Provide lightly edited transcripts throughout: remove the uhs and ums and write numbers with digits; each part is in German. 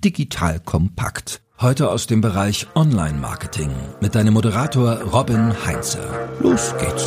digital kompakt. Heute aus dem Bereich Online-Marketing mit deinem Moderator Robin Heinze. Los geht's.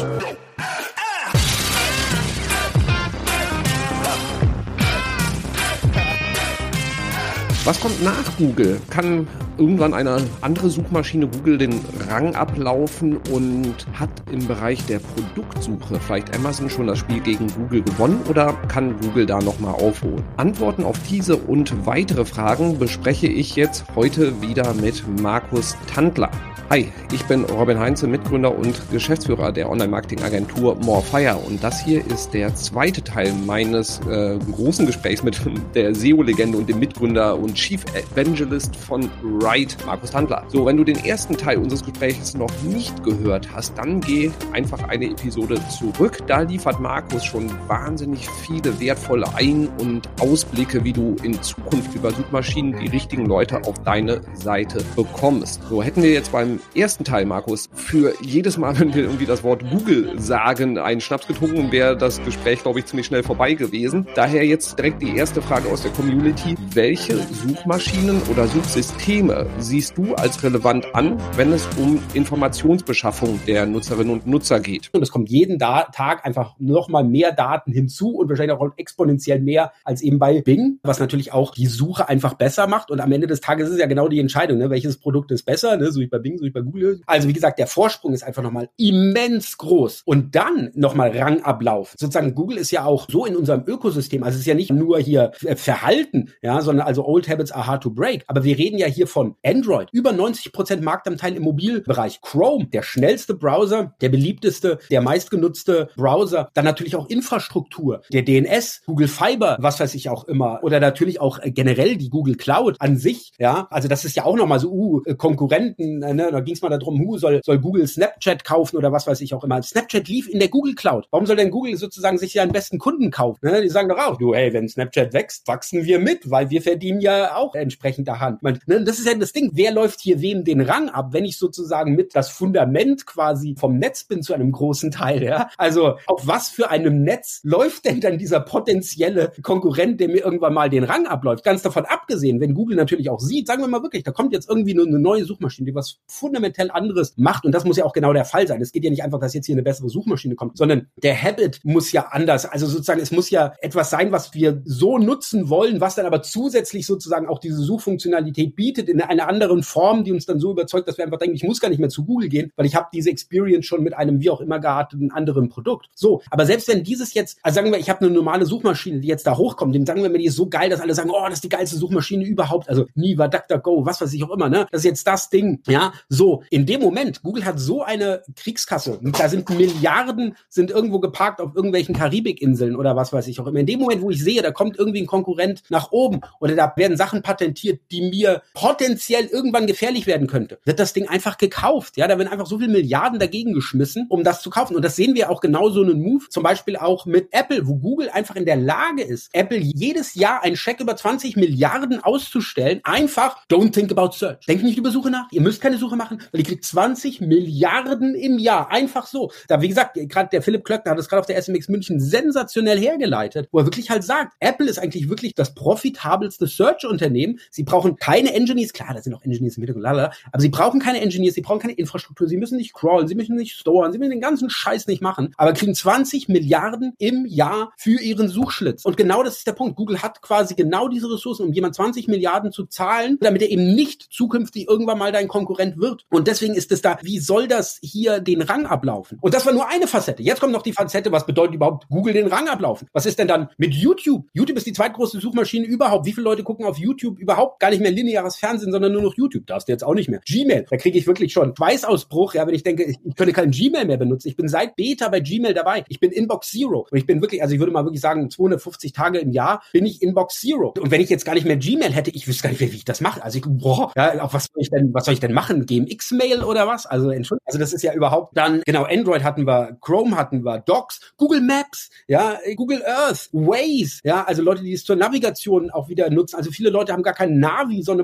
Was kommt nach Google? Kann irgendwann eine andere Suchmaschine Google den Rang ablaufen und hat im Bereich der Produktsuche vielleicht Amazon schon das Spiel gegen Google gewonnen oder kann Google da nochmal aufholen? Antworten auf diese und weitere Fragen bespreche ich jetzt heute wieder mit Markus Tandler. Hi, ich bin Robin Heinze, Mitgründer und Geschäftsführer der Online-Marketing-Agentur Morefire und das hier ist der zweite Teil meines großen Gesprächs mit der SEO-Legende und dem Mitgründer und Chief Evangelist von Right, Markus Tandler. So, wenn du den ersten Teil unseres Gesprächs noch nicht gehört hast, dann geh einfach eine Episode zurück. Da liefert Markus schon wahnsinnig viele wertvolle Ein- und Ausblicke, wie du in Zukunft über Suchmaschinen die richtigen Leute auf deine Seite bekommst. So, hätten wir jetzt beim ersten Teil, Markus, für jedes Mal, wenn wir irgendwie das Wort Google sagen, einen Schnaps getrunken, wäre das Gespräch, glaube ich, ziemlich schnell vorbei gewesen. Daher jetzt direkt die erste Frage aus der Community. Welche Suchmaschinen oder Suchsysteme siehst du als relevant an, wenn es um Informationsbeschaffung der Nutzerinnen und Nutzer geht? Und es kommt jeden Tag einfach nochmal mehr Daten hinzu und wahrscheinlich auch exponentiell mehr als eben bei Bing, was natürlich auch die Suche einfach besser macht. Und am Ende des Tages ist es ja genau die Entscheidung, ne? Welches Produkt ist besser, ne? So wie bei Bing, so wie bei Google. Also wie gesagt, der Vorsprung ist einfach nochmal immens groß. Und dann nochmal Rangablauf. Sozusagen Google ist ja auch so in unserem Ökosystem, also es ist ja nicht nur hier Verhalten, ja, sondern also Old Habits are hard to break. Aber wir reden ja hier von Android. Über 90% Marktanteil im Mobilbereich. Chrome, der schnellste Browser, der beliebteste, der meistgenutzte Browser. Dann natürlich auch Infrastruktur, der DNS, Google Fiber, was weiß ich auch immer. Oder natürlich auch generell die Google Cloud an sich, ja. Also das ist ja auch nochmal so, Konkurrenten, ne? Da ging es mal darum, soll Google Snapchat kaufen oder was weiß ich auch immer. Snapchat lief in der Google Cloud. Warum soll denn Google sozusagen sich ja einen besten Kunden kaufen? Ne? Die sagen doch auch, du, hey, wenn Snapchat wächst, wachsen wir mit, weil wir verdienen ja auch entsprechend daran. Das ist ja das Ding, wer läuft hier wem den Rang ab, wenn ich sozusagen mit das Fundament quasi vom Netz bin zu einem großen Teil, ja? Also auf was für einem Netz läuft denn dann dieser potenzielle Konkurrent, der mir irgendwann mal den Rang abläuft? Ganz davon abgesehen, wenn Google natürlich auch sieht, sagen wir mal wirklich, da kommt jetzt irgendwie nur eine neue Suchmaschine, die was fundamental anderes macht und das muss ja auch genau der Fall sein. Es geht ja nicht einfach, dass jetzt hier eine bessere Suchmaschine kommt, sondern der Habit muss ja anders. Also sozusagen, es muss ja etwas sein, was wir so nutzen wollen, was dann aber zusätzlich sozusagen auch diese Suchfunktionalität bietet in einer anderen Form, die uns dann so überzeugt, dass wir einfach denken, ich muss gar nicht mehr zu Google gehen, weil ich habe diese Experience schon mit einem wie auch immer gearteten anderen Produkt. So, aber selbst wenn dieses jetzt, also sagen wir, ich habe eine normale Suchmaschine, die jetzt da hochkommt, dem sagen wir mir, die ist so geil, dass alle sagen, oh, das ist die geilste Suchmaschine überhaupt, also Niva, DuckDuckGo, was weiß ich auch immer, ne? Das ist jetzt das Ding, ja? So, in dem Moment, Google hat so eine Kriegskasse, da sind Milliarden, sind irgendwo geparkt auf irgendwelchen Karibikinseln oder was weiß ich auch immer. In dem Moment, wo ich sehe, da kommt irgendwie ein Konkurrent nach oben oder da werden Sachen patentiert, die mir potenziell irgendwann gefährlich werden könnte, wird das Ding einfach gekauft. Ja, da werden einfach so viele Milliarden dagegen geschmissen, um das zu kaufen. Und das sehen wir auch genau so einen Move, zum Beispiel auch mit Apple, wo Google einfach in der Lage ist, Apple jedes Jahr einen Scheck über 20 Milliarden auszustellen. Einfach, don't think about search. Denkt nicht über Suche nach. Ihr müsst keine Suche machen, weil ihr kriegt 20 Milliarden im Jahr. Einfach so. Da, wie gesagt, gerade der Philipp Klöckner hat das gerade auf der SMX München sensationell hergeleitet, wo er wirklich halt sagt, Apple ist eigentlich wirklich das profitabelste Search-Unternehmen. Sie brauchen keine Engineers, klar, da sind auch Engineers im Hintergrund, aber sie brauchen keine Engineers, sie brauchen keine Infrastruktur, sie müssen nicht crawlen, sie müssen nicht storen, sie müssen den ganzen Scheiß nicht machen, aber kriegen 20 Milliarden im Jahr für ihren Suchschlitz. Und genau das ist der Punkt. Google hat quasi genau diese Ressourcen, um jemand 20 Milliarden zu zahlen, damit er eben nicht zukünftig irgendwann mal dein Konkurrent wird. Und deswegen ist es da, wie soll das hier den Rang ablaufen? Und das war nur eine Facette. Jetzt kommt noch die Facette, was bedeutet überhaupt Google den Rang ablaufen? Was ist denn dann mit YouTube? YouTube ist die zweitgrößte Suchmaschine überhaupt. Wie viele Leute gucken auf YouTube überhaupt gar nicht mehr lineares Fernsehen, sondern nur noch YouTube? Da hast du jetzt auch nicht mehr. Gmail, da kriege ich wirklich schon Schweißausbruch, ja, wenn ich denke, ich könnte kein Gmail mehr benutzen. Ich bin seit Beta bei Gmail dabei. Ich bin Inbox Zero. Und ich bin wirklich, also ich würde mal wirklich sagen, 250 Tage im Jahr bin ich Inbox Zero. Und wenn ich jetzt gar nicht mehr Gmail hätte, ich wüsste gar nicht, wie ich das mache. Also auch was soll ich denn machen? GMX-Mail oder was? Also Entschuldigung, also das ist ja überhaupt dann, genau, Android hatten wir, Chrome hatten wir, Docs, Google Maps, ja, Google Earth, Waze, ja, also Leute, die es zur Navigation auch wieder nutzen. Also viele Leute haben gar kein Navi, sondern benutzen nur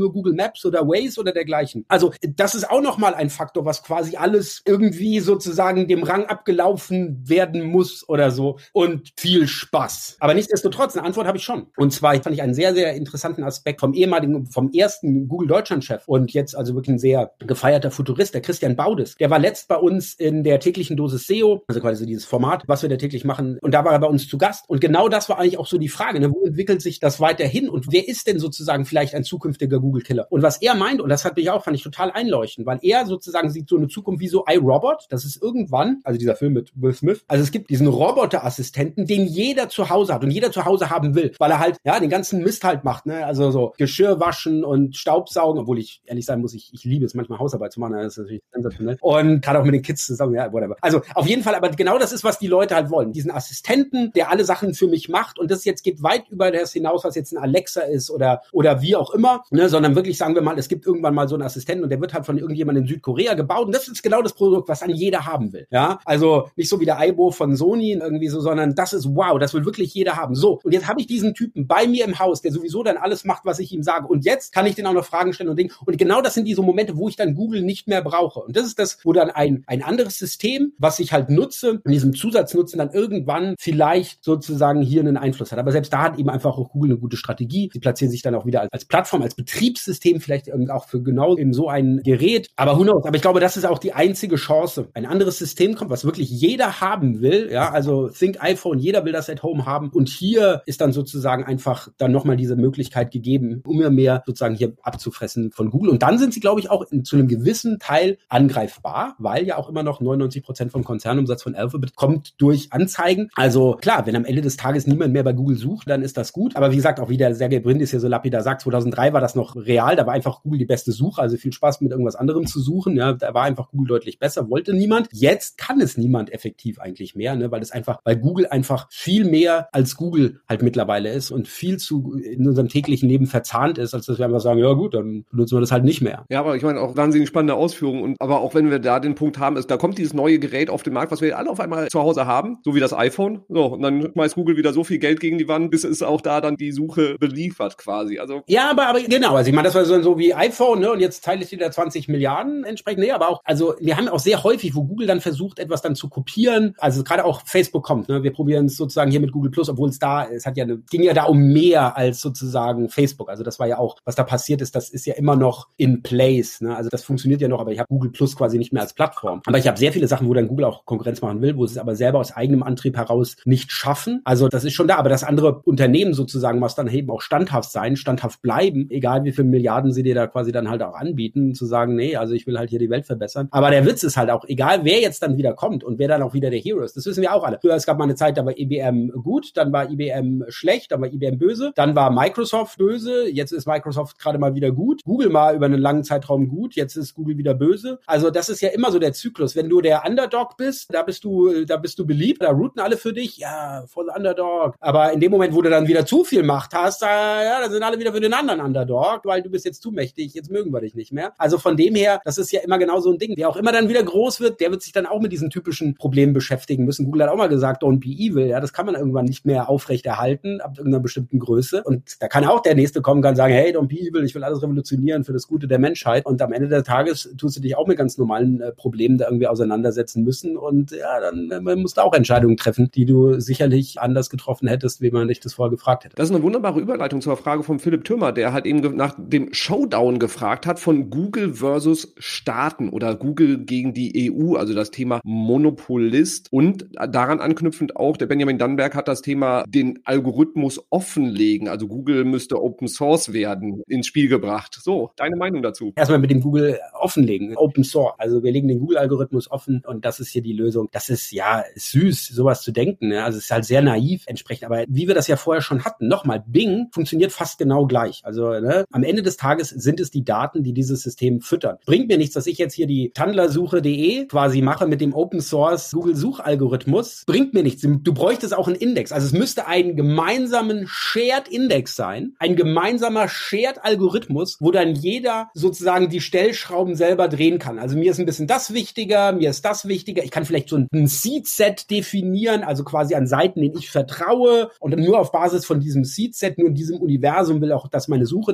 nur Google Maps oder Waze oder dergleichen. Also das ist auch nochmal ein Faktor, was quasi alles irgendwie sozusagen dem Rang abgelaufen werden muss oder so. Und viel Spaß. Aber nichtsdestotrotz, eine Antwort habe ich schon. Und zwar fand ich einen sehr, sehr interessanten Aspekt vom ersten Google Deutschland-Chef und jetzt also wirklich ein sehr gefeierter Futurist, der Christian Baudes. Der war letzt bei uns in der täglichen Dosis SEO, also quasi dieses Format, was wir da täglich machen. Und da war er bei uns zu Gast. Und genau das war eigentlich auch so die Frage, ne? Wo entwickelt sich das weiterhin? Und wer ist denn sozusagen vielleicht ein zukünftiger Google-Killer? Und was er meint, und das fand ich total einleuchtend, weil er sozusagen sieht so eine Zukunft wie so iRobot. Das ist irgendwann, also dieser Film mit Will Smith, also es gibt diesen Roboterassistenten, den jeder zu Hause hat und jeder zu Hause haben will, weil er halt, ja, den ganzen Mist halt macht, ne? Also so Geschirr waschen und Staubsaugen, obwohl ich ehrlich sein muss, ich liebe es manchmal Hausarbeit zu machen, das ist natürlich sensationell. Und gerade auch mit den Kids zusammen, ja, whatever. Also auf jeden Fall, aber genau das ist, was die Leute halt wollen. Diesen Assistenten, der alle Sachen für mich macht, und das jetzt geht weit über das hinaus, was jetzt ein Alexa ist oder wie auch immer, ne? Sondern wirklich, sagen wir mal, es gibt irgendwann mal so einen Assistenten und der wird halt von irgendjemandem in Südkorea gebaut und das ist genau das Produkt, was dann jeder haben will. Ja, also nicht so wie der Aibo von Sony irgendwie so, sondern das ist wow, das will wirklich jeder haben. So, und jetzt habe ich diesen Typen bei mir im Haus, der sowieso dann alles macht, was ich ihm sage. Und jetzt kann ich den auch noch Fragen stellen und Dinge. Und genau das sind diese Momente, wo ich dann Google nicht mehr brauche. Und das ist das, wo dann ein anderes System, was ich halt nutze, in diesem Zusatznutzen dann irgendwann vielleicht sozusagen hier einen Einfluss hat. Aber selbst da hat eben einfach auch Google eine gute Strategie. Sie platzieren sich dann auch wieder als Plattform, als Betriebssystem, vielleicht auch für genau eben so ein Gerät. Aber who knows? Aber ich glaube, das ist auch die einzige Chance. Ein anderes System kommt, was wirklich jeder haben will. Ja, also Think iPhone, jeder will das at home haben. Und hier ist dann sozusagen einfach dann nochmal diese Möglichkeit gegeben, um mehr sozusagen hier abzufressen von Google. Und dann sind sie, glaube ich, auch zu einem gewissen Teil angreifbar, weil ja auch immer noch 99% vom Konzernumsatz von Alphabet kommt durch Anzeigen. Also klar, wenn am Ende des Tages niemand mehr bei Google sucht, dann ist das gut. Aber wie gesagt, auch wie der Sergey Brin ist ja so lapidar sagt, 2003 war das noch real, da war einfach Google die beste Suche, also viel Spaß mit irgendwas anderem zu suchen. Ja, da war einfach Google deutlich besser, wollte niemand. Jetzt kann es niemand effektiv eigentlich mehr, ne, weil Google einfach viel mehr als Google halt mittlerweile ist und viel zu in unserem täglichen Leben verzahnt ist, als dass wir einfach sagen, ja gut, dann benutzen wir das halt nicht mehr. Ja, aber ich meine auch wahnsinnig spannende Ausführungen. Aber auch wenn wir da den Punkt haben, da kommt dieses neue Gerät auf den Markt, was wir alle auf einmal zu Hause haben, so wie das iPhone. So, und dann schmeißt Google wieder so viel Geld gegen die Wand, bis es auch da dann die Suche beliefert quasi. Also ja, aber genau, also ich meine, das war so wie iPhone, ne, und jetzt teile ich dir da 20 Milliarden entsprechend. Nee, aber auch, also wir haben auch sehr häufig, wo Google dann versucht, etwas dann zu kopieren, also gerade auch Facebook kommt, ne, wir probieren es sozusagen hier mit Google Plus, obwohl ging ja da um mehr als sozusagen Facebook, also das war ja auch, was da passiert ist, das ist ja immer noch in place, ne, also das funktioniert ja noch, aber ich habe Google Plus quasi nicht mehr als Plattform. Aber ich habe sehr viele Sachen, wo dann Google auch Konkurrenz machen will, wo sie es aber selber aus eigenem Antrieb heraus nicht schaffen, also das ist schon da, aber das andere Unternehmen sozusagen muss dann eben auch standhaft sein, standhaft bleiben, egal wie viele Milliarden sie dir da quasi dann halt auch anbieten, zu sagen, nee, also ich will halt hier die Welt verbessern. Aber der Witz ist halt auch, egal wer jetzt dann wieder kommt und wer dann auch wieder der Hero ist, das wissen wir auch alle. Früher, es gab mal eine Zeit, da war IBM gut, dann war IBM schlecht, dann war IBM böse, dann war Microsoft böse, jetzt ist Microsoft gerade mal wieder gut, Google mal über einen langen Zeitraum gut, jetzt ist Google wieder böse. Also das ist ja immer so der Zyklus. Wenn du der Underdog bist, da bist du beliebt, da routen alle für dich, ja, for the Underdog. Aber in dem Moment, wo du dann wieder zu viel Macht hast, da sind alle wieder für den anderen Underdog, weil du bist jetzt zu mächtig, jetzt mögen wir dich nicht mehr. Also von dem her, das ist ja immer genau so ein Ding. Wer auch immer dann wieder groß wird, der wird sich dann auch mit diesen typischen Problemen beschäftigen müssen. Google hat auch mal gesagt, don't be evil, ja, das kann man irgendwann nicht mehr aufrechterhalten, ab irgendeiner bestimmten Größe. Und da kann auch der Nächste kommen und kann sagen, hey, don't be evil, ich will alles revolutionieren für das Gute der Menschheit. Und am Ende des Tages tust du dich auch mit ganz normalen Problemen da irgendwie auseinandersetzen müssen. Und ja, dann musst du auch Entscheidungen treffen, die du sicherlich anders getroffen hättest, wie man dich das vorher gefragt hätte. Das ist eine wunderbare Überleitung zur Frage von Philipp Thürmer, der halt eben nach dem Showdown gefragt hat von Google versus Staaten oder Google gegen die EU, also das Thema Monopolist. Und daran anknüpfend auch, der Benjamin Dannenberg hat das Thema den Algorithmus offenlegen, also Google müsste Open Source werden, ins Spiel gebracht. So, deine Meinung dazu? Erstmal mit dem Google offenlegen, Open Source. Also wir legen den Google-Algorithmus offen und das ist hier die Lösung. Das ist ja süß, sowas zu denken. Ne? Also es ist halt sehr naiv entsprechend. Aber wie wir das ja vorher schon hatten, nochmal, Bing funktioniert fast genau gleich. Also am Ende des Tages sind es die Daten, die dieses System füttern. Bringt mir nichts, dass ich jetzt hier die Tandlersuche.de quasi mache mit dem Open Source Google-Suchalgorithmus. Bringt mir nichts. Du bräuchtest auch einen Index. Also es müsste einen gemeinsamen Shared Index sein, ein gemeinsamer Shared Algorithmus, wo dann jeder sozusagen die Stellschrauben selber drehen kann. Also mir ist ein bisschen das wichtiger, mir ist das wichtiger. Ich kann vielleicht so ein Seed-Set definieren, also quasi an Seiten, denen ich vertraue und dann nur auf Basis von diesem Seed-Set, nur in diesem Universum will auch, dass meine Suche da stattfindet.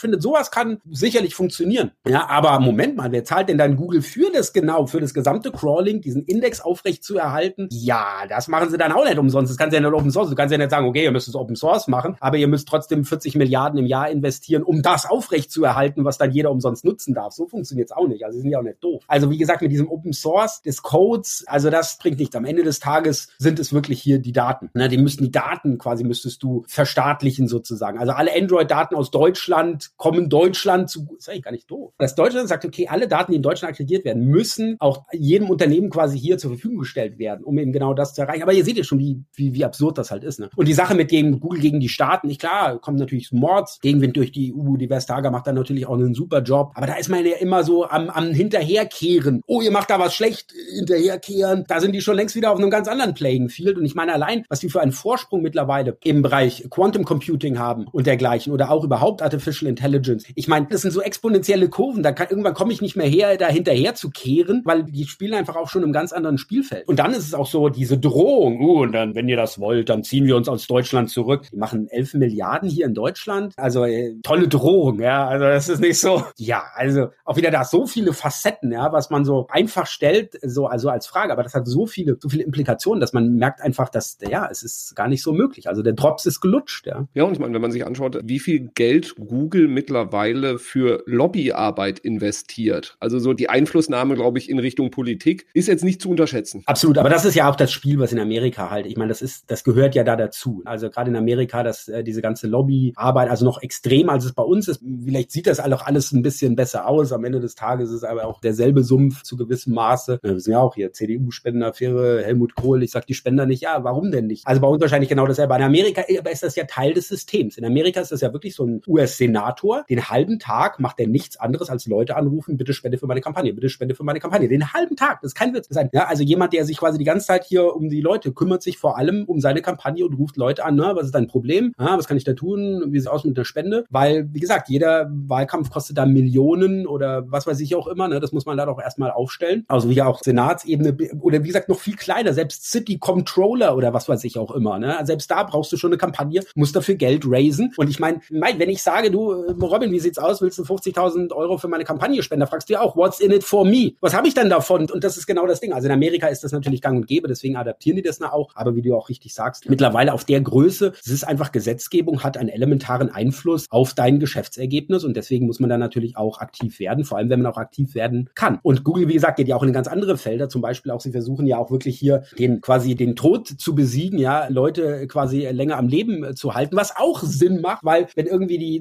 findet, sowas kann sicherlich funktionieren. Ja, aber Moment mal, wer zahlt denn dann Google für das gesamte Crawling, diesen Index aufrecht zu erhalten? Ja, das machen sie dann auch nicht umsonst. Das kannst du ja nicht Open Source. Du kannst ja nicht sagen, okay, ihr müsst es Open Source machen, aber ihr müsst trotzdem 40 Milliarden im Jahr investieren, um das aufrecht zu erhalten, was dann jeder umsonst nutzen darf. So funktioniert es auch nicht. Also sie sind ja auch nicht doof. Also wie gesagt, mit diesem Open Source des Codes, also das bringt nichts. Am Ende des Tages sind es wirklich hier die Daten. Die Daten quasi müsstest du verstaatlichen sozusagen. Also alle Android-Daten aus Deutschland kommen Deutschland zu, ist eigentlich gar nicht doof. Das Deutschland sagt, okay, alle Daten, die in Deutschland aggregiert werden, müssen auch jedem Unternehmen quasi hier zur Verfügung gestellt werden, um eben genau das zu erreichen. Aber ihr seht ja schon, wie absurd das halt ist. Ne? Und die Sache mit dem Google gegen die Staaten, nicht klar, kommt natürlich Mords, Gegenwind durch die EU, die Vestager macht dann natürlich auch einen super Job. Aber da ist man ja immer so am Hinterherkehren. Oh, ihr macht da was schlecht, hinterherkehren. Da sind die schon längst wieder auf einem ganz anderen Playing Field. Und ich meine allein, was die für einen Vorsprung mittlerweile im Bereich Quantum Computing haben und dergleichen oder auch überhaupt Artificial Intelligence. Ich meine, das sind so exponentielle Kurven. Irgendwann komme ich nicht mehr her, da hinterher zu kehren, weil die spielen einfach auch schon im ganz anderen Spielfeld. Und dann ist es auch so, diese Drohung, und dann, wenn ihr das wollt, dann ziehen wir uns aus Deutschland zurück. Die machen 11 Milliarden hier in Deutschland. Also tolle Drohung, ja. Also das ist nicht so. Ja, also auch wieder da so viele Facetten, ja, was man so einfach stellt, so also als Frage. Aber das hat so viele Implikationen, dass man merkt einfach, dass, ja, es ist gar nicht so möglich. Also der Drops ist gelutscht, ja. Ja, und ich meine, wenn man sich anschaut, wie viel Geld Google mittlerweile für Lobbyarbeit investiert, also so die Einflussnahme, glaube ich, in Richtung Politik, ist jetzt nicht zu unterschätzen. Absolut, aber das ist ja auch das Spiel, was in Amerika halt, ich meine, das gehört ja da dazu. Also gerade in Amerika, dass diese ganze Lobbyarbeit, also noch extremer, als es bei uns ist, vielleicht sieht das auch alles ein bisschen besser aus. Am Ende des Tages ist es aber auch derselbe Sumpf zu gewissem Maße. Wir sind ja auch hier CDU-Spendenaffäre, Helmut Kohl, ich sag die Spender nicht, ja, warum denn nicht? Also bei uns wahrscheinlich genau dasselbe. In Amerika aber ist das ja Teil des Systems. In Amerika ist das ja wirklich so ein US-Senator, den halben Tag macht er nichts anderes als Leute anrufen, bitte spende für meine Kampagne, bitte spende für meine Kampagne. Den halben Tag, das ist kein Witz. Ja, also jemand, der sich quasi die ganze Zeit hier um die Leute kümmert, sich vor allem um seine Kampagne und ruft Leute an, was ist dein Problem? Was kann ich da tun? Wie sieht es aus mit der Spende? Weil, wie gesagt, jeder Wahlkampf kostet da Millionen oder was weiß ich auch immer, das muss man da doch erstmal aufstellen. Also wie auch Senatsebene oder wie gesagt noch viel kleiner, selbst City Comptroller oder was weiß ich auch immer, Selbst da brauchst du schon eine Kampagne, musst dafür Geld raisen. Und ich meine, wenn ich sage, du, Robin, wie sieht's aus? Willst du 50.000 € für meine Kampagne spenden? Da fragst du ja auch, what's in it for me? Was habe ich denn davon? Und das ist genau das Ding. Also in Amerika ist das natürlich gang und gäbe, deswegen adaptieren die das auch. Aber wie du auch richtig sagst, mittlerweile auf der Größe, es ist einfach Gesetzgebung, hat einen elementaren Einfluss auf dein Geschäftsergebnis und deswegen muss man da natürlich auch aktiv werden, vor allem wenn man auch aktiv werden kann. Und Google, wie gesagt, geht ja auch in ganz andere Felder, zum Beispiel auch, sie versuchen ja auch wirklich hier den Tod zu besiegen, ja, Leute quasi länger am Leben zu halten, was auch Sinn macht, weil wenn irgendwie die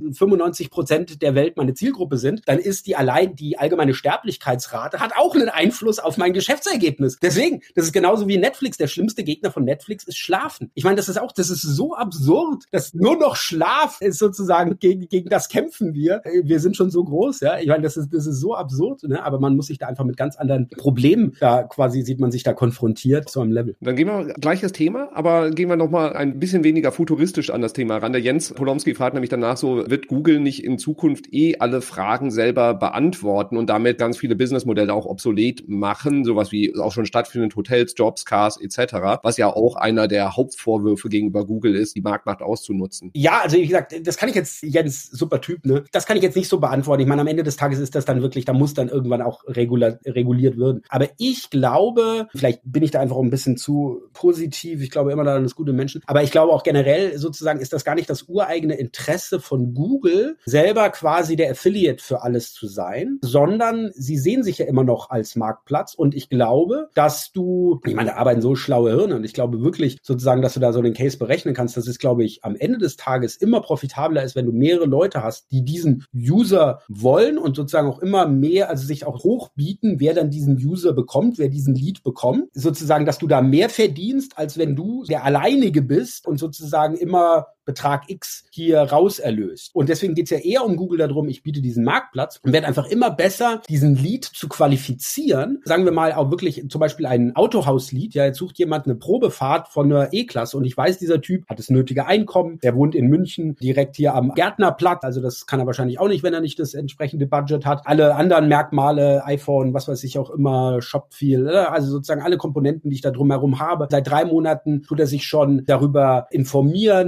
95% der Welt meine Zielgruppe sind, dann ist die allgemeine Sterblichkeitsrate hat auch einen Einfluss auf mein Geschäftsergebnis. Deswegen, das ist genauso wie Netflix. Der schlimmste Gegner von Netflix ist Schlafen. Ich meine, das ist so absurd, dass nur noch Schlaf ist sozusagen, gegen das kämpfen wir. Wir sind schon so groß, ja. Ich meine, das ist so absurd, aber man muss sich da einfach mit ganz anderen Problemen, da quasi sieht man sich da konfrontiert zu einem Level. Dann gehen wir gleiches Thema, aber gehen wir nochmal ein bisschen weniger futuristisch an das Thema ran. Der Jens Polomski fragt nämlich danach so, wird Google nicht in Zukunft alle Fragen selber beantworten und damit ganz viele Businessmodelle auch obsolet machen, sowas wie auch schon stattfindet, Hotels, Jobs, Cars etc., was ja auch einer der Hauptvorwürfe gegenüber Google ist, die Marktmacht auszunutzen. Ja, also wie gesagt, das kann ich jetzt, Jens, super Typ, das kann ich jetzt nicht so beantworten. Ich meine, am Ende des Tages ist das dann wirklich, da muss dann irgendwann auch reguliert werden. Aber ich glaube, vielleicht bin ich da einfach auch ein bisschen zu positiv, ich glaube immer daran, das gute Menschen, aber ich glaube auch generell sozusagen ist das gar nicht das ureigene Interesse von Google, selber quasi der Affiliate für alles zu sein, sondern sie sehen sich ja immer noch als Marktplatz und ich glaube, dass ich meine, da arbeiten so schlaue Hirne und ich glaube wirklich sozusagen, dass du da so den Case berechnen kannst, dass es, glaube ich, am Ende des Tages immer profitabler ist, wenn du mehrere Leute hast, die diesen User wollen und sozusagen auch immer mehr, also sich auch hochbieten, wer dann diesen User bekommt, wer diesen Lead bekommt, sozusagen, dass du da mehr verdienst, als wenn du der Alleinige bist und sozusagen immer Betrag X hier raus erlöst. Und deswegen geht's ja eher um Google darum, ich biete diesen Marktplatz und werde einfach immer besser, diesen Lead zu qualifizieren. Sagen wir mal auch wirklich zum Beispiel ein Autohaus-Lead. Ja, jetzt sucht jemand eine Probefahrt von einer E-Klasse und ich weiß, dieser Typ hat das nötige Einkommen. Der wohnt in München, direkt hier am Gärtnerplatz. Also das kann er wahrscheinlich auch nicht, wenn er nicht das entsprechende Budget hat. Alle anderen Merkmale, iPhone, was weiß ich auch immer, Shop viel, also sozusagen alle Komponenten, die ich da drumherum habe. Seit 3 Monaten tut er sich schon darüber informieren, welches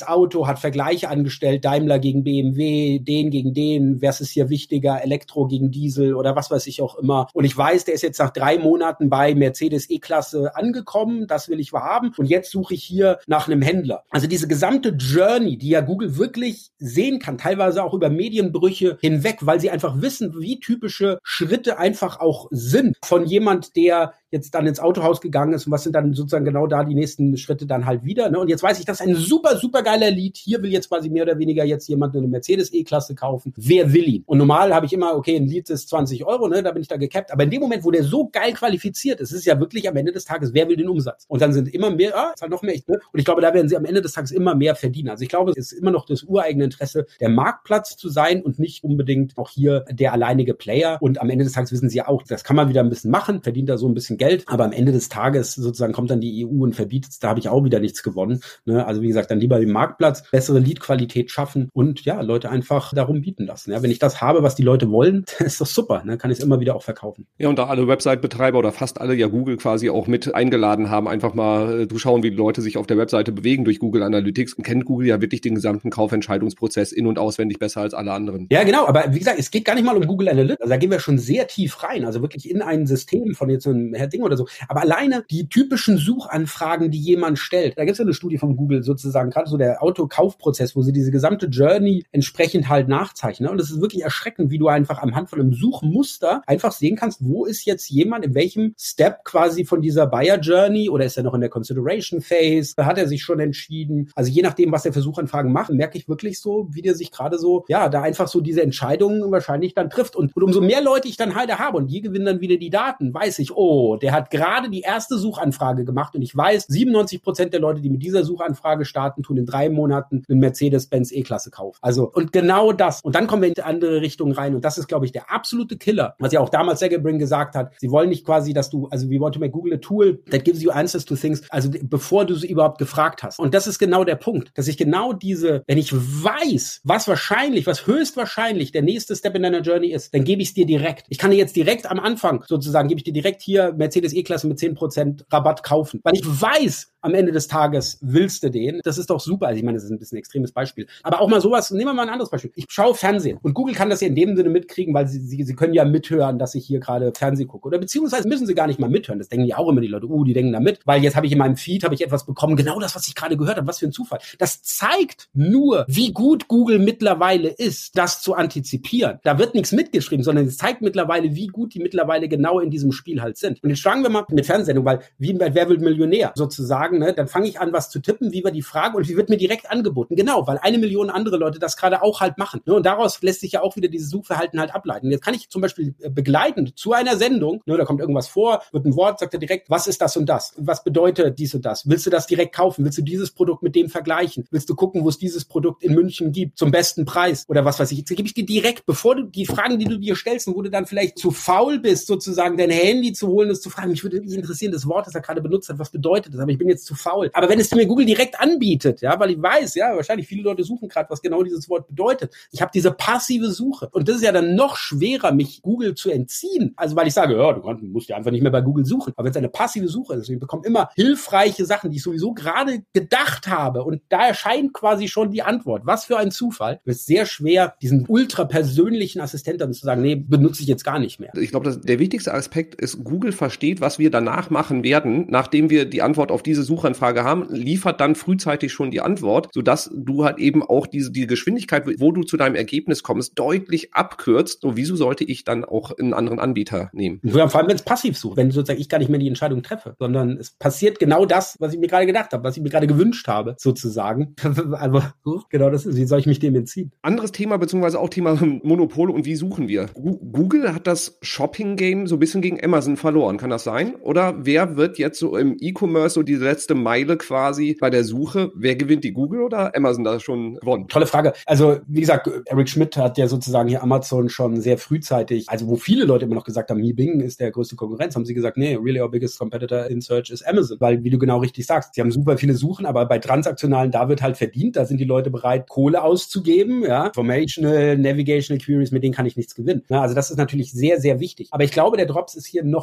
neues Auto, hat Vergleiche angestellt, Daimler gegen BMW, den gegen den, was ist hier wichtiger, Elektro gegen Diesel oder was weiß ich auch immer. Und ich weiß, der ist jetzt nach 3 Monaten bei Mercedes E-Klasse angekommen, das will ich haben. Und jetzt suche ich hier nach einem Händler. Also diese gesamte Journey, die ja Google wirklich sehen kann, teilweise auch über Medienbrüche hinweg, weil sie einfach wissen, wie typische Schritte einfach auch sind von jemand, der jetzt dann ins Autohaus gegangen ist und was sind dann sozusagen genau da die nächsten Schritte dann halt wieder. Ne? Und jetzt weiß ich, das ist ein super, super geiler Lead. Hier will jetzt quasi mehr oder weniger jetzt jemand eine Mercedes E-Klasse kaufen. Wer will ihn? Und normal habe ich immer, okay, ein Lead ist 20 €, ne? Da bin ich da gecapped. Aber in dem Moment, wo der so geil qualifiziert ist, ist es ja wirklich am Ende des Tages, wer will den Umsatz? Und dann sind immer mehr, ist halt noch mehr. Ne? Und ich glaube, da werden sie am Ende des Tages immer mehr verdienen. Also ich glaube, es ist immer noch das ureigene Interesse, der Marktplatz zu sein und nicht unbedingt auch hier der alleinige Player. Und am Ende des Tages wissen sie ja auch, das kann man wieder ein bisschen machen, verdient da so ein bisschen Geld. Aber am Ende des Tages sozusagen kommt dann die EU und verbietet es, da habe ich auch wieder nichts gewonnen. Ne? Also wie gesagt, dann lieber den Marktplatz, bessere Lead-Qualität schaffen und ja, Leute einfach darum bieten lassen. Ja? Wenn ich das habe, was die Leute wollen, ist doch super. Ne? Kann ich es immer wieder auch verkaufen. Ja, und da alle Website-Betreiber oder fast alle ja Google quasi auch mit eingeladen haben, einfach mal zu schauen, wie die Leute sich auf der Webseite bewegen durch Google Analytics, und kennt Google ja wirklich den gesamten Kaufentscheidungsprozess in- und auswendig besser als alle anderen. Ja, genau. Aber wie gesagt, es geht gar nicht mal um Google Analytics. Also da gehen wir schon sehr tief rein. Also wirklich in ein System von jetzt so einem Ding oder so. Aber alleine die typischen Suchanfragen, die jemand stellt. Da gibt es ja eine Studie von Google sozusagen, gerade so der Autokaufprozess, wo sie diese gesamte Journey entsprechend halt nachzeichnen. Und es ist wirklich erschreckend, wie du einfach anhand von einem Suchmuster einfach sehen kannst, wo ist jetzt jemand, in welchem Step quasi von dieser Buyer Journey oder ist er noch in der Consideration Phase? Hat er sich schon entschieden? Also je nachdem, was der für Suchanfragen macht, merke ich wirklich so, wie der sich gerade so, ja, da einfach so diese Entscheidungen wahrscheinlich dann trifft. Und umso mehr Leute ich dann halt habe und die gewinnen dann wieder die Daten, weiß ich, oh, der hat gerade die erste Suchanfrage gemacht und ich weiß, 97% der Leute, die mit dieser Suchanfrage starten, tun in 3 Monaten einen Mercedes-Benz E-Klasse kaufen. Also, und genau das. Und dann kommen wir in die andere Richtung rein und das ist, glaube ich, der absolute Killer, was ja auch damals Sergey Brin gesagt hat. Sie wollen nicht quasi, dass du, also we want to make Google a tool that gives you answers to things, also bevor du sie überhaupt gefragt hast. Und das ist genau der Punkt, dass ich genau diese, wenn ich weiß, was höchstwahrscheinlich der nächste Step in deiner Journey ist, dann gebe ich es dir direkt. Ich kann dir jetzt direkt am Anfang sozusagen, gebe ich dir direkt hier Mercedes E-Klasse mit 10% Rabatt kaufen, weil ich weiß, am Ende des Tages willst du den. Das ist doch super. Also ich meine, das ist ein bisschen ein extremes Beispiel. Aber auch mal sowas, nehmen wir mal ein anderes Beispiel. Ich schaue Fernsehen und Google kann das ja in dem Sinne mitkriegen, weil sie können ja mithören, dass ich hier gerade Fernsehen gucke. Oder beziehungsweise müssen sie gar nicht mal mithören. Das denken ja auch immer die Leute. Die denken da mit. Weil jetzt habe ich in meinem Feed etwas bekommen. Genau das, was ich gerade gehört habe. Was für ein Zufall. Das zeigt nur, wie gut Google mittlerweile ist, das zu antizipieren. Da wird nichts mitgeschrieben, sondern es zeigt mittlerweile, wie gut die mittlerweile genau in diesem Spiel halt sind. Und jetzt starten wir mal mit Fernsehsendung, weil wie bei Wer wird Millionär sozusagen, ne, dann fange ich an, was zu tippen, wie war die Frage und wie wird mir direkt angeboten. Genau, weil 1 Million andere Leute das gerade auch halt machen. Ne, und daraus lässt sich ja auch wieder dieses Suchverhalten halt ableiten. Und jetzt kann ich zum Beispiel begleitend zu einer Sendung, ne, da kommt irgendwas vor, wird ein Wort, sagt er direkt, was ist das und das? Was bedeutet dies und das? Willst du das direkt kaufen? Willst du dieses Produkt mit dem vergleichen? Willst du gucken, wo es dieses Produkt in München gibt, zum besten Preis? Oder was weiß ich. Jetzt gebe ich dir direkt, bevor du die Fragen, die du dir stellst, und wo du dann vielleicht zu faul bist, sozusagen dein Handy zu holen, das zu fragen. Mich würde wirklich interessieren, das Wort, das er gerade benutzt hat, was bedeutet das? Aber ich bin jetzt zu faul. Aber wenn es mir Google direkt anbietet, ja, weil ich weiß, ja, wahrscheinlich viele Leute suchen gerade, was genau dieses Wort bedeutet. Ich habe diese passive Suche. Und das ist ja dann noch schwerer, mich Google zu entziehen. Also weil ich sage, ja, du musst ja einfach nicht mehr bei Google suchen. Aber wenn es eine passive Suche ist, ich bekomme immer hilfreiche Sachen, die ich sowieso gerade gedacht habe. Und da erscheint quasi schon die Antwort. Was für ein Zufall. Es ist sehr schwer, diesen ultra persönlichen Assistenten zu sagen, nee, benutze ich jetzt gar nicht mehr. Ich glaube, der wichtigste Aspekt ist, Google versteht, was wir danach machen werden, nachdem wir die Antwort auf diese Suchanfrage haben, liefert dann frühzeitig schon die Antwort, sodass du halt eben auch die Geschwindigkeit, wo du zu deinem Ergebnis kommst, deutlich abkürzt. Und wieso sollte ich dann auch einen anderen Anbieter nehmen? Ja, vor allem, wenn es passiv sucht, wenn sozusagen ich gar nicht mehr die Entscheidung treffe, sondern es passiert genau das, was ich mir gerade gedacht habe, was ich mir gerade gewünscht habe, sozusagen. Aber genau das ist, wie soll ich mich dem entziehen? Anderes Thema, beziehungsweise auch Thema Monopol und wie suchen wir? Google hat das Shopping-Game so ein bisschen gegen Amazon verloren, kann das sein? Oder wer wird jetzt so im E-Commerce so die letzte Meile quasi bei der Suche? Wer gewinnt, die Google oder Amazon da schon gewonnen? Tolle Frage. Also wie gesagt, Eric Schmidt hat ja sozusagen hier Amazon schon sehr frühzeitig, also wo viele Leute immer noch gesagt haben, Bing ist der größte Konkurrenz, haben sie gesagt, nee, really our biggest competitor in Search is Amazon. Weil, wie du genau richtig sagst, sie haben super viele Suchen, aber bei transaktionalen, da wird halt verdient, da sind die Leute bereit, Kohle auszugeben, ja, Informational, Navigational Queries, mit denen kann ich nichts gewinnen. Ja, also das ist natürlich sehr, sehr wichtig. Aber ich glaube, der Drops ist hier noch nicht gelungen.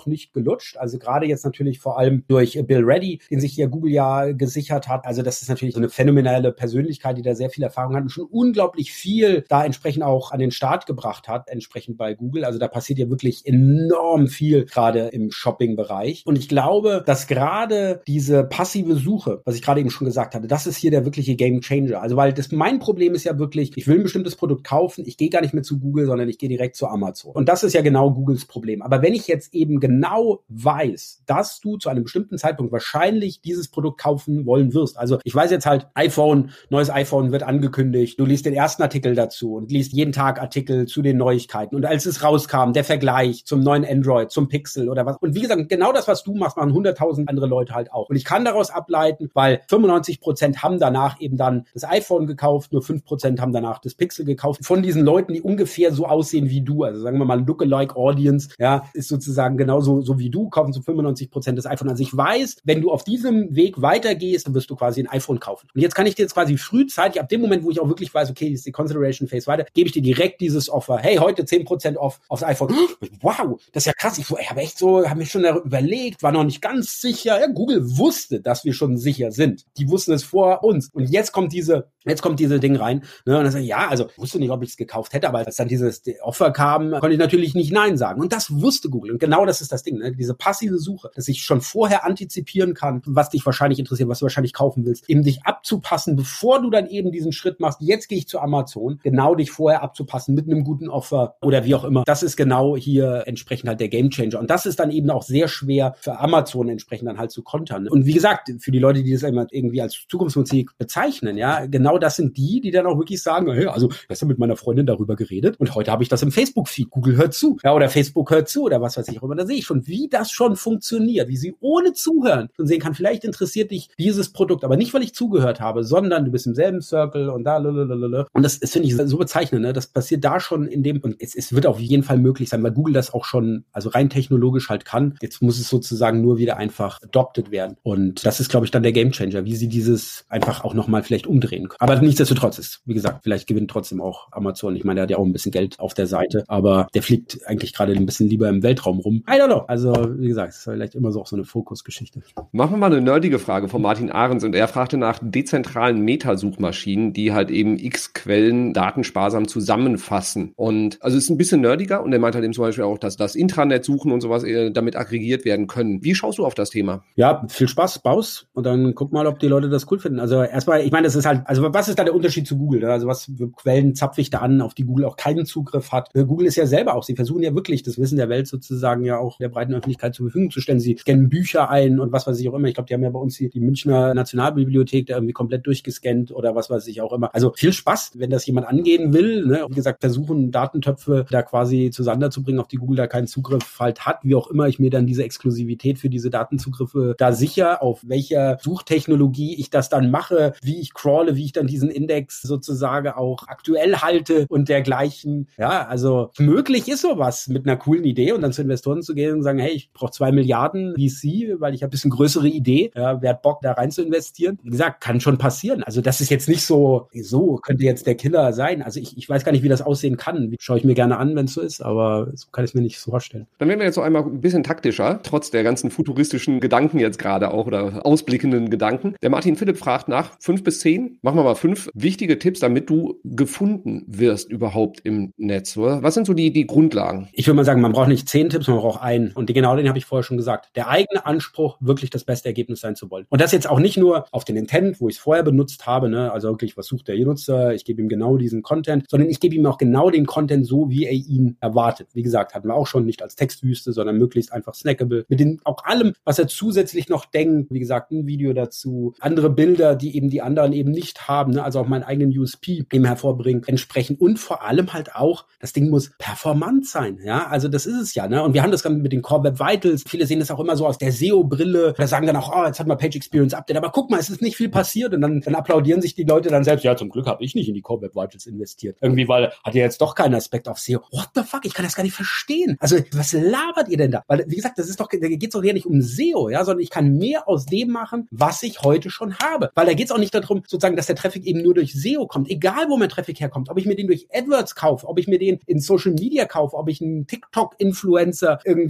lutscht. Also gerade jetzt natürlich vor allem durch Bill Reddy, den sich hier Google ja gesichert hat. Also das ist natürlich so eine phänomenale Persönlichkeit, die da sehr viel Erfahrung hat und schon unglaublich viel da entsprechend auch an den Start gebracht hat, entsprechend bei Google. Also da passiert ja wirklich enorm viel, gerade im Shopping-Bereich. Und ich glaube, dass gerade diese passive Suche, was ich gerade eben schon gesagt hatte, das ist hier der wirkliche Game Changer. Also weil mein Problem ist ja wirklich, ich will ein bestimmtes Produkt kaufen, ich gehe gar nicht mehr zu Google, sondern ich gehe direkt zu Amazon. Und das ist ja genau Googles Problem. Aber wenn ich jetzt eben genau weiß, dass du zu einem bestimmten Zeitpunkt wahrscheinlich dieses Produkt kaufen wollen wirst, also ich weiß jetzt halt, neues iPhone wird angekündigt, du liest den ersten Artikel dazu und liest jeden Tag Artikel zu den Neuigkeiten. Und als es rauskam, der Vergleich zum neuen Android, zum Pixel oder was. Und wie gesagt, genau das, was du machst, machen 100.000 andere Leute halt auch. Und ich kann daraus ableiten, weil 95% haben danach eben dann das iPhone gekauft, nur 5% haben danach das Pixel gekauft. Von diesen Leuten, die ungefähr so aussehen wie du, also sagen wir mal Lookalike Audience, ja, ist sozusagen genauso so wie du, kaufen zu 95% das iPhone. Also ich weiß, wenn du auf diesem Weg weitergehst, dann wirst du quasi ein iPhone kaufen. Und jetzt kann ich dir jetzt quasi frühzeitig, ab dem Moment, wo ich auch wirklich weiß, okay, ist die Consideration Phase weiter, gebe ich dir direkt dieses Offer. Hey, heute 10% off aufs iPhone. Wow, das ist ja krass. Ich habe mir schon darüber überlegt, war noch nicht ganz sicher. Ja, Google wusste, dass wir schon sicher sind. Die wussten es vor uns. Und jetzt kommt diese Ding rein. Ne? Und dann sage ich, ja, also ich wusste nicht, ob ich es gekauft hätte, aber als dann dieses Offer kam, konnte ich natürlich nicht Nein sagen. Und das wusste Google. Und genau das ist das Ding, ne? Diese passive Suche, dass ich schon vorher antizipieren kann, was dich wahrscheinlich interessiert, was du wahrscheinlich kaufen willst, eben dich abzupassen, bevor du dann eben diesen Schritt machst. Jetzt gehe ich zu Amazon, genau dich vorher abzupassen mit einem guten Offer oder wie auch immer. Das ist genau hier entsprechend halt der Gamechanger. Und das ist dann eben auch sehr schwer für Amazon entsprechend dann halt zu kontern. Und wie gesagt, für die Leute, die das immer irgendwie als Zukunftsmusik bezeichnen, ja, genau das sind die dann auch wirklich sagen, hey, also ich habe mit meiner Freundin darüber geredet und heute habe ich das im Facebook-Feed. Google hört zu, ja, oder Facebook hört zu oder was weiß ich auch immer. Da sehe ich schon, wie das schon funktioniert, wie sie ohne Zuhören schon sehen kann, vielleicht interessiert dich dieses Produkt, aber nicht, weil ich zugehört habe, sondern du bist im selben Circle und da, lalalala. Und das finde ich so bezeichnend, ne? Das passiert da schon in dem, und es wird auf jeden Fall möglich sein, weil Google das auch schon, also rein technologisch halt kann. Jetzt muss es sozusagen nur wieder einfach adopted werden. Und das ist, glaube ich, dann der Gamechanger, wie sie dieses einfach auch nochmal vielleicht umdrehen können. Aber nichtsdestotrotz ist, wie gesagt, vielleicht gewinnt trotzdem auch Amazon. Ich meine, der hat ja auch ein bisschen Geld auf der Seite, aber der fliegt eigentlich gerade ein bisschen lieber im Weltraum rum. I don't know. Also, wie gesagt, es ist vielleicht immer so auch so eine Fokusgeschichte. Machen wir mal eine nerdige Frage von Martin Ahrens und er fragte nach dezentralen Metasuchmaschinen, die halt eben x Quellen datensparsam zusammenfassen. Und also es ist ein bisschen nerdiger und er meint halt eben zum Beispiel auch, dass das Intranet suchen und sowas damit aggregiert werden können. Wie schaust du auf das Thema? Ja, viel Spaß, baus und dann guck mal, ob die Leute das cool finden. Also erstmal, ich meine, das ist halt, also was ist da der Unterschied zu Google? Also was für Quellen zapfe ich da an, auf die Google auch keinen Zugriff hat? Google ist ja selber auch, sie versuchen ja wirklich das Wissen der Welt sozusagen ja auch der breiten Öffentlichkeit zur Verfügung zu stellen. Sie scannen Bücher ein und was weiß ich auch immer. Ich glaube, die haben ja bei uns die Münchner Nationalbibliothek da irgendwie komplett durchgescannt oder was weiß ich auch immer. Also viel Spaß, wenn das jemand angehen will. Ne? Wie gesagt, versuchen Datentöpfe da quasi zueinander zu bringen, auf die Google da keinen Zugriff halt hat. Wie auch immer ich mir dann diese Exklusivität für diese Datenzugriffe da sicher, auf welcher Suchtechnologie ich das dann mache, wie ich crawle, wie ich dann diesen Index sozusagen auch aktuell halte und dergleichen. Ja, also möglich ist sowas mit einer coolen Idee und dann zu Investoren zu gehen und sagen, hey, ich brauche 2 Milliarden VC, weil ich habe ein bisschen größere Idee. Ja, wer hat Bock, da rein zu investieren? Wie gesagt, kann schon passieren. Also das ist jetzt nicht so könnte jetzt der Killer sein. Also ich weiß gar nicht, wie das aussehen kann. Schaue ich mir gerne an, wenn es so ist, aber so kann ich es mir nicht so vorstellen. Dann werden wir jetzt noch einmal ein bisschen taktischer, trotz der ganzen futuristischen Gedanken jetzt gerade auch oder ausblickenden Gedanken. Der Martin Philipp fragt nach 5 bis 10. Machen wir mal 5 wichtige Tipps, damit du gefunden wirst überhaupt im Netz. Oder? Was sind so die Grundlagen? Ich würde mal sagen, man braucht nicht 10 Tipps, man braucht einen. Und genau den habe ich vorher schon gesagt. Der eigene Anspruch, wirklich das beste Ergebnis sein zu wollen. Und das jetzt auch nicht nur auf den Intent, wo ich es vorher benutzt habe, ne? Also wirklich, was sucht der Nutzer? Ich gebe ihm genau diesen Content, sondern ich gebe ihm auch genau den Content so, wie er ihn erwartet. Wie gesagt, hatten wir auch schon nicht als Textwüste, sondern möglichst einfach snackable. Mit den auch allem, was er zusätzlich noch denkt. Wie gesagt, ein Video dazu, andere Bilder, die eben die anderen eben nicht haben, ne? Also auch meinen eigenen USP eben hervorbringen, entsprechend. Und vor allem halt auch, das Ding muss performant sein. Ja, also das ist es ja, ne? Und wir haben das mit den Core Web Vitals. Viele sehen das auch immer so aus der SEO-Brille. Oder sagen dann auch, oh, jetzt hat man Page Experience Update. Aber guck mal, es ist nicht viel passiert. Und dann applaudieren sich die Leute dann selbst. Ja, zum Glück habe ich nicht in die Core Web Vitals investiert. Irgendwie, weil hat ja jetzt doch keinen Aspekt auf SEO. What the fuck? Ich kann das gar nicht verstehen. Also, was labert ihr denn da? Weil, wie gesagt, da geht's doch hier nicht um SEO, ja, sondern ich kann mehr aus dem machen, was ich heute schon habe. Weil da geht's auch nicht darum, sozusagen, dass der Traffic eben nur durch SEO kommt. Egal, wo mein Traffic herkommt. Ob ich mir den durch AdWords kaufe, ob ich mir den in Social Media kaufe, ob ich einen TikTok-Influencer irgendwie da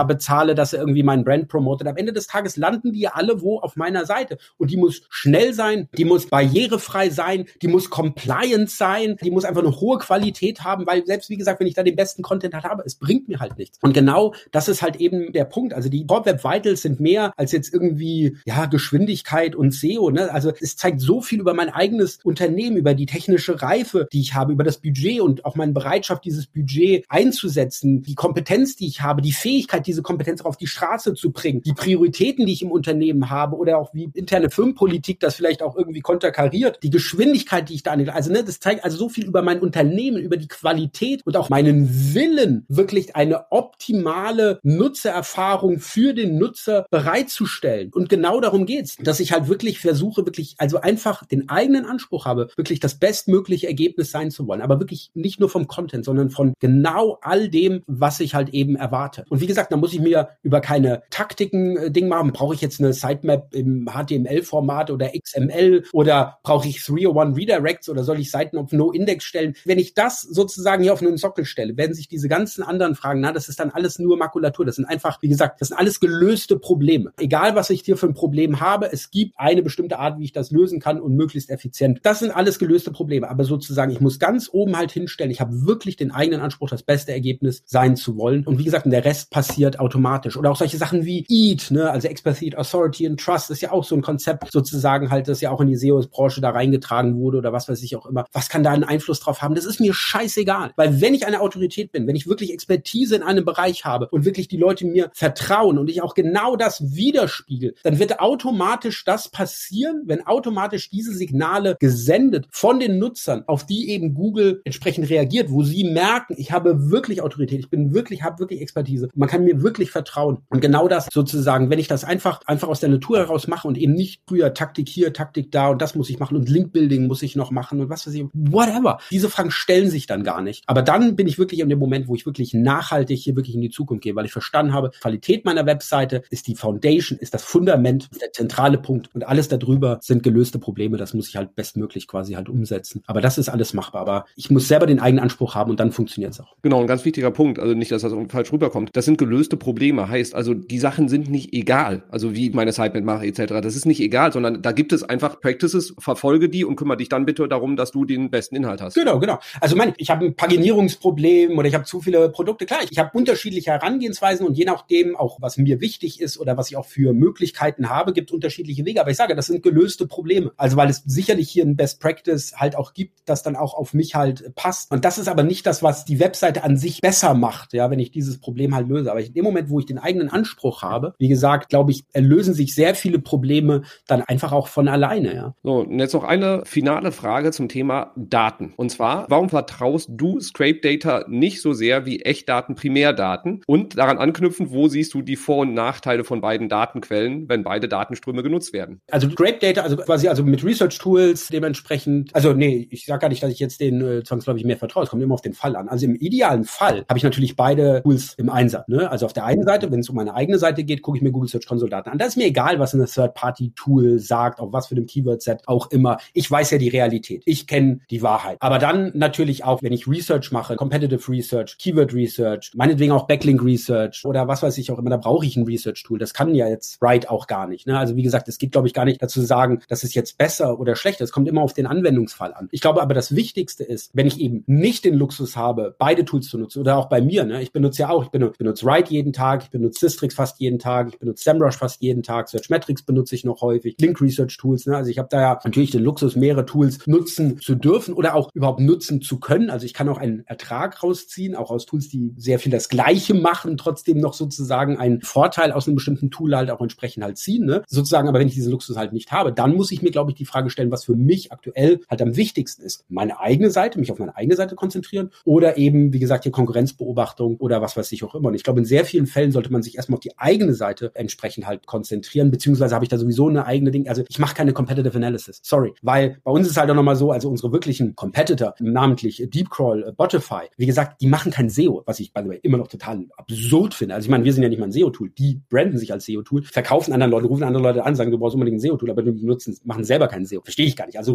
bezahle, dass er irgendwie meinen Brand promotet. Am Ende des Tages landen die alle wo auf meiner Seite. Und die muss schnell sein, die muss barrierefrei sein, die muss compliant sein, die muss einfach eine hohe Qualität haben, weil selbst, wie gesagt, wenn ich da den besten Content halt habe, es bringt mir halt nichts. Und genau das ist halt eben der Punkt. Also die Core Web Vitals sind mehr als jetzt irgendwie, ja, Geschwindigkeit und SEO, ne? Also es zeigt so viel über mein eigenes Unternehmen, über die technische Reife, die ich habe, über das Budget und auch meine Bereitschaft, dieses Budget einzusetzen, die Kompetenz, die ich habe, die Fähigkeit, diese Kompetenz auch auf die Straße zu bringen, die Prioritäten, die ich im Unternehmen habe oder auch wie interne Firmenpolitik das vielleicht auch irgendwie konterkariert, die Geschwindigkeit, die ich da anlege. Also ne, das zeigt also so viel über mein Unternehmen, über die Qualität und auch meinen Willen, wirklich eine optimale Nutzererfahrung für den Nutzer bereitzustellen. Und genau darum geht's, dass ich halt wirklich versuche, wirklich also einfach den eigenen Anspruch habe, wirklich das bestmögliche Ergebnis sein zu wollen. Aber wirklich nicht nur vom Content, sondern von genau all dem, was ich halt eben erwarte. Und wie gesagt, da muss ich mir über keine Taktiken Ding machen. Brauche ich jetzt eine Sitemap im HTML-Format oder XML oder brauche ich 301 Redirects oder soll ich Seiten auf No-Index stellen? Wenn ich das sozusagen hier auf einen Sockel stelle, werden sich diese ganzen anderen Fragen, das ist dann alles nur Makulatur. Das sind einfach, wie gesagt, das sind alles gelöste Probleme. Egal, was ich hier für ein Problem habe, es gibt eine bestimmte Art, wie ich das lösen kann und möglichst effizient. Das sind alles gelöste Probleme. Aber sozusagen, ich muss ganz oben halt hinstellen, ich habe wirklich den eigenen Anspruch, das beste Ergebnis sein zu wollen. Und wie gesagt, der Rest passiert automatisch. Oder auch solche Sachen wie EAT, ne, also Expertise, Authority and Trust, ist ja auch so ein Konzept sozusagen halt, das ja auch in die SEO-Branche da reingetragen wurde oder was weiß ich auch immer. Was kann da einen Einfluss drauf haben? Das ist mir scheißegal. Weil wenn ich eine Autorität bin, wenn ich wirklich Expertise in einem Bereich habe und wirklich die Leute mir vertrauen und ich auch genau das widerspiegel, dann wird automatisch das passieren, wenn automatisch diese Signale gesendet von den Nutzern, auf die eben Google entsprechend reagiert, wo sie merken, ich habe wirklich Autorität, habe wirklich Expertise, man kann mir wirklich vertrauen. Und genau das sozusagen, wenn ich das einfach aus der Natur heraus mache und eben nicht früher Taktik hier, Taktik da und das muss ich machen und Linkbuilding muss ich noch machen und was weiß ich, whatever. Diese Fragen stellen sich dann gar nicht. Aber dann bin ich wirklich in dem Moment, wo ich wirklich nachhaltig hier wirklich in die Zukunft gehe, weil ich verstanden habe, Qualität meiner Webseite ist die Foundation, ist das Fundament, ist der zentrale Punkt und alles darüber sind gelöste Probleme. Das muss ich halt bestmöglich quasi halt umsetzen. Aber das ist alles machbar. Aber ich muss selber den eigenen Anspruch haben und dann funktioniert es auch. Genau, ein ganz wichtiger Punkt. Also nicht, dass das falsch rüberkommt. Das sind gelöste Probleme. Heißt also, die Sachen sind nicht egal. Also wie ich meine Sitemap mache etc. Das ist nicht egal, sondern da gibt es einfach Practices, verfolge die und kümmere dich dann bitte darum, dass du den besten Inhalt hast. Genau. Also ich habe ein Paginierungsproblem oder ich habe zu viele Produkte. Klar, ich habe unterschiedliche Herangehensweisen und je nachdem auch, was mir wichtig ist oder was ich auch für Möglichkeiten habe, gibt unterschiedliche Wege. Aber ich sage, das sind gelöste Probleme. Also weil es sicherlich hier ein Best Practice halt auch gibt, das dann auch auf mich halt passt. Und das ist aber nicht das, was die Webseite an sich besser macht, ja, wenn ich dieses Problem halt löse. Aber in dem Moment, wo ich den eigenen Anspruch habe, wie gesagt, glaube ich, erlösen sich sehr viele Probleme dann einfach auch von alleine, ja. So, und jetzt noch eine finale Frage zum Thema Daten. Und zwar, warum vertraust du Scrape Data nicht so sehr wie Echtdaten, Primärdaten? Und daran anknüpfend, wo siehst du die Vor- und Nachteile von beiden Datenquellen, wenn beide Datenströme genutzt werden? Also Scrape Data, also quasi mit Research Tools dementsprechend, also nee, ich sage gar nicht, dass ich jetzt den zwangsläufig mehr vertraue, es kommt immer auf den Fall an. Also im idealen Fall habe ich natürlich beide Tools im Einsatz, ne? Also auf der einen Seite, wenn es um meine eigene Seite geht, gucke ich mir Google Search Console Daten an. Da ist mir egal, was eine Third-Party-Tool sagt, auf was für einem Keyword-Set auch immer. Ich weiß ja die Realität. Ich kenne die Wahrheit. Aber dann natürlich auch, wenn ich Research mache, Competitive Research, Keyword Research, meinetwegen auch Backlink Research oder was weiß ich auch immer, da brauche ich ein Research-Tool. Das kann ja jetzt Write auch gar nicht, ne? Also wie gesagt, es geht, glaube ich, gar nicht dazu zu sagen, das ist jetzt besser oder schlechter. Es kommt immer auf den Anwendungsfall an. Ich glaube aber, das Wichtigste ist, wenn ich eben nicht den Luxus habe, beide Tools zu nutzen oder auch bei mir, ne? Ich benutze ja auch, ich benutze Write jeden Tag, ich benutze Systrix fast jeden Tag, ich benutze SEMrush fast jeden Tag, Searchmetrics benutze ich noch häufig, Link Research Tools, ne? Also ich habe da ja natürlich den Luxus, mehrere Tools nutzen zu dürfen oder auch überhaupt nutzen zu können. Also ich kann auch einen Ertrag rausziehen, auch aus Tools, die sehr viel das Gleiche machen, trotzdem noch sozusagen einen Vorteil aus einem bestimmten Tool halt auch entsprechend halt ziehen, ne? Sozusagen, aber wenn ich diesen Luxus halt nicht habe, dann muss ich mir, glaube ich, die Frage stellen, was für mich aktuell halt am wichtigsten ist. Meine eigene Seite, mich auf meine eigene Seite konzentrieren oder eben, wie gesagt, hier Konkurrenzbeobachtung oder was weiß ich auch immer. Und ich glaube, in sehr vielen Fällen sollte man sich erstmal auf die eigene Seite entsprechend halt konzentrieren, beziehungsweise habe ich da sowieso eine eigene Ding. Also ich mache keine Competitive Analysis. Sorry. Weil bei uns ist halt auch nochmal so, also unsere wirklichen Competitor, namentlich Deepcrawl, Botify, wie gesagt, die machen kein SEO, was ich by the way immer noch total absurd finde. Also ich meine, wir sind ja nicht mal ein SEO-Tool. Die branden sich als SEO-Tool, verkaufen anderen Leute, rufen andere Leute an, sagen, du brauchst unbedingt ein SEO-Tool, aber die machen selber kein SEO. Verstehe ich gar nicht. Also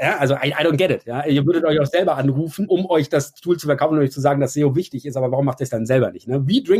I don't get it. Ja? Ihr würdet euch auch selber anrufen, um euch das Tool zu verkaufen und euch zu sagen, dass SEO wichtig ist, aber warum macht ihr es dann selber nicht? Ne? We drink our own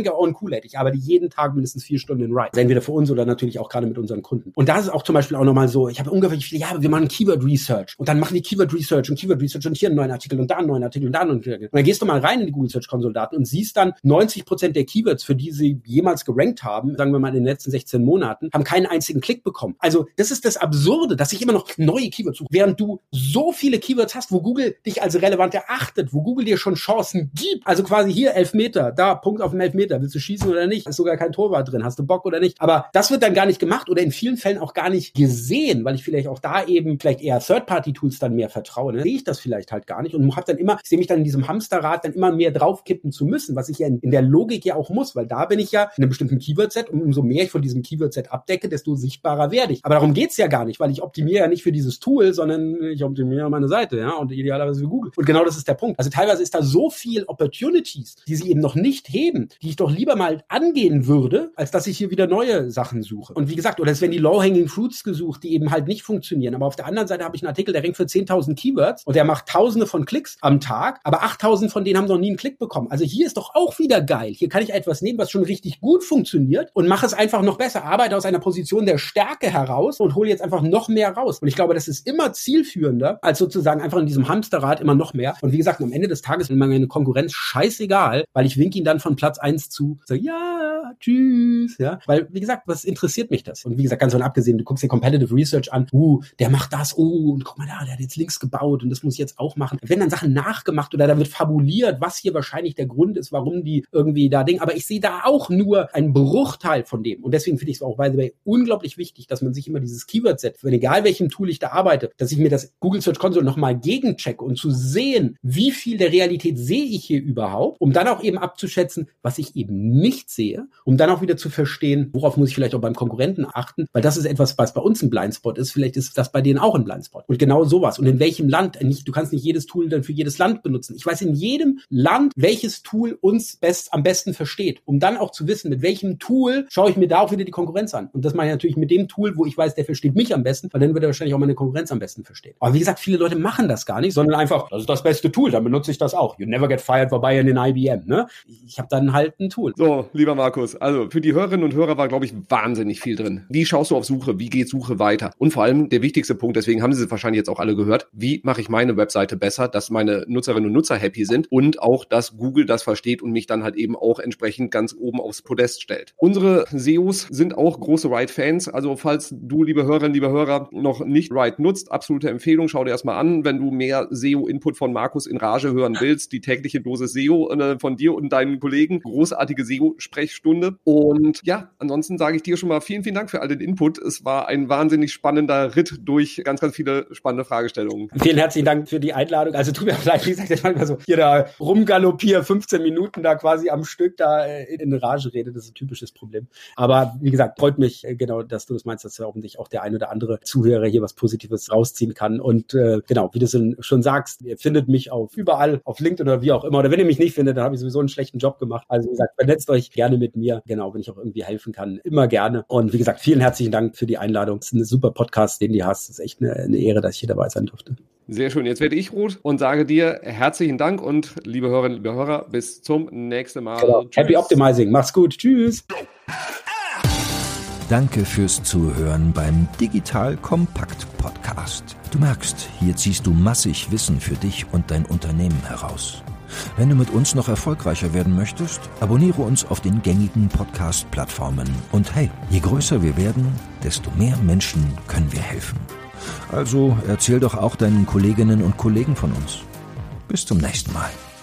Tool-Head. Ich arbeite jeden Tag mindestens 4 Stunden in Write. Entweder für uns oder natürlich auch gerade mit unseren Kunden. Und da ist es auch zum Beispiel auch nochmal so, ich habe ungefähr viele, wir machen Keyword Research und dann machen die Keyword Research und hier einen neuen Artikel und da einen neuen Artikel und da einen neuen. Und dann gehst du mal rein in die Google Search Console-Daten und siehst dann 90% der Keywords, für die sie jemals gerankt haben, sagen wir mal in den letzten 16 Monaten, haben keinen einzigen Klick bekommen. Also das ist das Absurde, dass ich immer noch neue Keywords suche, während du so viele Keywords hast, wo Google dich als relevant erachtet, wo Google dir schon Chancen gibt. Also quasi hier Elfmeter, da Punkt auf dem Elfmeter, willst du schießen oder nicht? Ist sogar kein Torwart drin, hast du Bock oder nicht? Aber das wird dann gar nicht gemacht oder in vielen Fällen auch gar nicht gesehen, weil ich vielleicht auch da eben vielleicht eher Third-Party-Tools dann mehr vertraue. Ne? Sehe ich das vielleicht halt gar nicht und ich sehe mich dann in diesem Hamsterrad dann immer mehr draufkippen zu müssen, was ich ja in der Logik ja auch muss, weil da bin ich ja in einem bestimmten Keyword-Set und umso mehr ich von diesem Keyword-Set abdecke, desto sichtbarer werde ich. Aber darum geht's ja gar nicht, weil ich optimiere ja nicht für dieses Tool, sondern ich optimiere meine Seite, ja, und idealerweise für Google. Und genau das ist der Punkt. Also teilweise ist da so viel Opportunities, die sie eben noch nicht heben, die ich doch lieber mal angehen würde, als dass ich hier wieder neue Sachen suche. Und wie gesagt, oder es werden die Low-Hanging Fruits gesucht, die eben halt nicht funktionieren. Aber auf der anderen Seite habe ich einen Artikel, der rankt für 10.000 Keywords und der macht Tausende von Klicks am Tag, aber 8.000 von denen haben noch nie einen Klick bekommen. Also hier ist doch auch wieder geil. Hier kann ich etwas nehmen, was schon richtig gut funktioniert und mache es einfach noch besser. Arbeite aus einer Position der Stärke heraus und hole jetzt einfach noch mehr raus. Und ich glaube, das ist immer zielführender, als sozusagen einfach in diesem Hamsterrad immer noch mehr. Und wie gesagt, am Ende des Tages ist mir meine Konkurrenz scheißegal, weil ich winke ihn dann von Platz 1 zu, sage, ja, tschüss, ja. Weil, wie gesagt, was interessiert mich das? Und wie gesagt, ganz von abgesehen, du guckst dir Competitive Research an, der macht das, und guck mal da, der hat jetzt Links gebaut und das muss ich jetzt auch machen. Wenn dann Sachen nachgemacht oder da wird fabuliert, was hier wahrscheinlich der Grund ist, warum die irgendwie da Ding, aber ich sehe da auch nur einen Bruchteil von dem. Und deswegen finde ich es auch, by the way, unglaublich wichtig, dass man sich immer dieses Keyword-Set, egal welchem Tool ich da arbeite, dass ich mir das Google Search Console nochmal gegenchecke und zu sehen, wie viel der Realität sehe ich hier überhaupt, um dann auch eben abzuschätzen, was ich eben nicht sehe, um dann auch wieder zu verstehen, worauf muss ich vielleicht auch beim Konkurrenten achten, weil das ist etwas, was bei uns ein Blindspot ist, vielleicht ist das bei denen auch ein Blindspot. Und genau sowas. Und in welchem Land, du kannst nicht jedes Tool dann für jedes Land benutzen. Ich weiß in jedem Land, welches Tool uns am besten versteht, um dann auch zu wissen, mit welchem Tool schaue ich mir da auch wieder die Konkurrenz an. Und das mache ich natürlich mit dem Tool, wo ich weiß, der versteht mich am besten, weil dann wird er wahrscheinlich auch meine Konkurrenz am besten verstehen. Aber wie gesagt, viele Leute machen das gar nicht, sondern einfach, das ist das beste Tool, dann benutze ich das auch. You never get fired for buying an IBM, ne? Ich habe dann halt ein Tool. So, lieber Markus, also für die Hörerinnen und Hörer war, glaube ich, wahnsinnig viel drin. Wie schaust du auf Suche? Wie geht Suche weiter? Und vor allem der wichtigste Punkt, deswegen haben Sie es wahrscheinlich jetzt auch alle gehört, wie mache ich meine Webseite besser, dass meine Nutzerinnen und Nutzer happy sind und auch, dass Google das versteht und mich dann halt eben auch entsprechend ganz oben aufs Podest stellt. Unsere SEOs sind auch große Write-Fans, also falls du, liebe Hörerinnen, liebe Hörer, noch nicht Write nutzt, absolute Empfehlung, schau dir erstmal an, wenn du mehr SEO-Input von Markus in Rage hören willst, die tägliche Dosis SEO von dir und deinen Kollegen, großartige SEO-Sprechstunde. Und ja, ansonsten sage ich dir schon mal vielen, vielen Dank für all den Input. Es war ein wahnsinnig spannender Ritt durch ganz, ganz viele spannende Fragestellungen. Vielen herzlichen Dank für die Einladung. Also tut mir leid, wie gesagt, ich manchmal so hier da rumgaloppiere, 15 Minuten da quasi am Stück da in Rage rede. Das ist ein typisches Problem. Aber wie gesagt, freut mich genau, dass du das meinst, dass ja hoffentlich auch der ein oder andere Zuhörer hier was Positives rausziehen kann. Und genau, wie du schon sagst, ihr findet mich überall, auf LinkedIn oder wie auch immer. Oder wenn ihr mich nicht findet, dann habe ich sowieso einen schlechten Job gemacht. Also wie gesagt, vernetzt euch gerne mit mir. Genau, wenn ich auch irgendwie helfen kann, immer gerne. Und wie gesagt, vielen herzlichen Dank für die Einladung. Es ist ein super Podcast, den du hast. Es ist echt eine Ehre, dass ich hier dabei sein durfte. Sehr schön. Jetzt werde ich rot und sage dir herzlichen Dank und liebe Hörerinnen, liebe Hörer, bis zum nächsten Mal. Genau. Happy Optimizing. Mach's gut. Tschüss. Danke fürs Zuhören beim Digital Kompakt Podcast. Du merkst, hier ziehst du massig Wissen für dich und dein Unternehmen heraus. Wenn du mit uns noch erfolgreicher werden möchtest, abonniere uns auf den gängigen Podcast-Plattformen. Und hey, je größer wir werden, desto mehr Menschen können wir helfen. Also erzähl doch auch deinen Kolleginnen und Kollegen von uns. Bis zum nächsten Mal.